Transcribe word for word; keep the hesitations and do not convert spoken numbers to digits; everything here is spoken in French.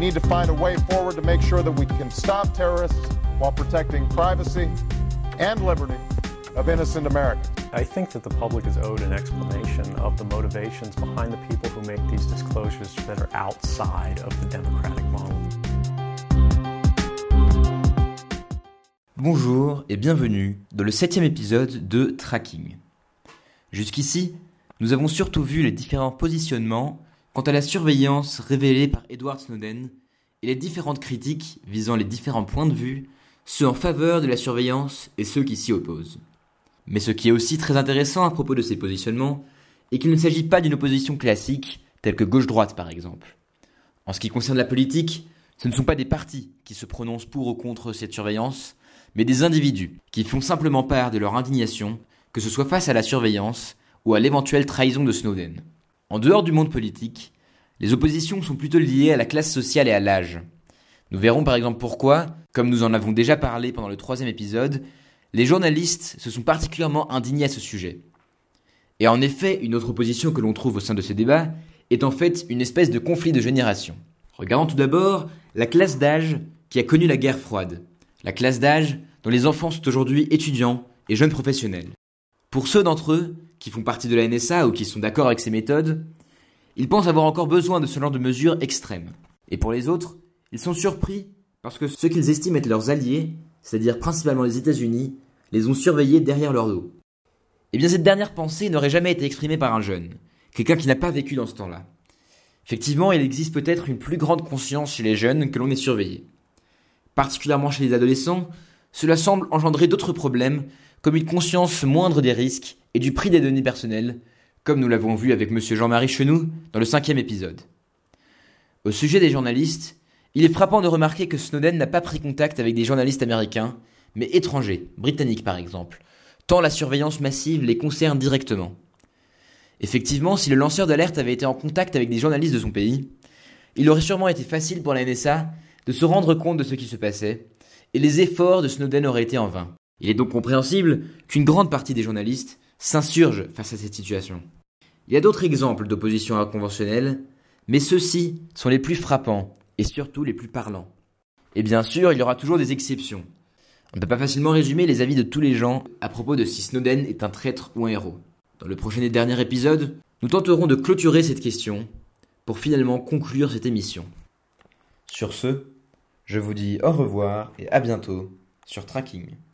need to find a way forward to make sure that we can stop terrorists while protecting privacy and liberty of innocent Americans. I think that the public is owed an explanation of the motivations behind the people who make these disclosures that are outside of the democratic model. Bonjour et bienvenue dans le septième épisode de Tracking. Jusqu'ici, nous avons surtout vu les différents positionnements quant à la surveillance révélée par Edward Snowden et les différentes critiques visant les différents points de vue, ceux en faveur de la surveillance et ceux qui s'y opposent. Mais ce qui est aussi très intéressant à propos de ces positionnements est qu'il ne s'agit pas d'une opposition classique telle que gauche-droite par exemple. En ce qui concerne la politique, ce ne sont pas des partis qui se prononcent pour ou contre cette surveillance, mais des individus qui font simplement part de leur indignation, que ce soit face à la surveillance ou à l'éventuelle trahison de Snowden. En dehors du monde politique, les oppositions sont plutôt liées à la classe sociale et à l'âge. Nous verrons par exemple pourquoi, comme nous en avons déjà parlé pendant le troisième épisode, les journalistes se sont particulièrement indignés à ce sujet. Et en effet, une autre opposition que l'on trouve au sein de ces débats est en fait une espèce de conflit de génération. Regardons tout d'abord la classe d'âge qui a connu la guerre froide. La classe d'âge dont les enfants sont aujourd'hui étudiants et jeunes professionnels. Pour ceux d'entre eux qui font partie de la N S A ou qui sont d'accord avec ces méthodes, ils pensent avoir encore besoin de ce genre de mesures extrêmes. Et pour les autres, ils sont surpris parce que ceux qu'ils estiment être leurs alliés, c'est-à-dire principalement les États-Unis, les ont surveillés derrière leur dos. Eh bien cette dernière pensée n'aurait jamais été exprimée par un jeune, quelqu'un qui n'a pas vécu dans ce temps-là. Effectivement, il existe peut-être une plus grande conscience chez les jeunes que l'on est surveillé. Particulièrement chez les adolescents, cela semble engendrer d'autres problèmes, comme une conscience moindre des risques et du prix des données personnelles, comme nous l'avons vu avec monsieur Jean-Marie Chenoux dans le cinquième épisode. Au sujet des journalistes, il est frappant de remarquer que Snowden n'a pas pris contact avec des journalistes américains, mais étrangers, britanniques par exemple, tant la surveillance massive les concerne directement. Effectivement, si le lanceur d'alerte avait été en contact avec des journalistes de son pays, il aurait sûrement été facile pour la N S A de se rendre compte de ce qui se passait, et les efforts de Snowden auraient été en vain. Il est donc compréhensible qu'une grande partie des journalistes s'insurgent face à cette situation. Il y a d'autres exemples d'opposition inconventionnelle, mais ceux-ci sont les plus frappants, et surtout les plus parlants. Et bien sûr, il y aura toujours des exceptions. On ne peut pas facilement résumer les avis de tous les gens à propos de si Snowden est un traître ou un héros. Dans le prochain et dernier épisode, nous tenterons de clôturer cette question, pour finalement conclure cette émission. Sur ce, je vous dis au revoir et à bientôt sur Tracking.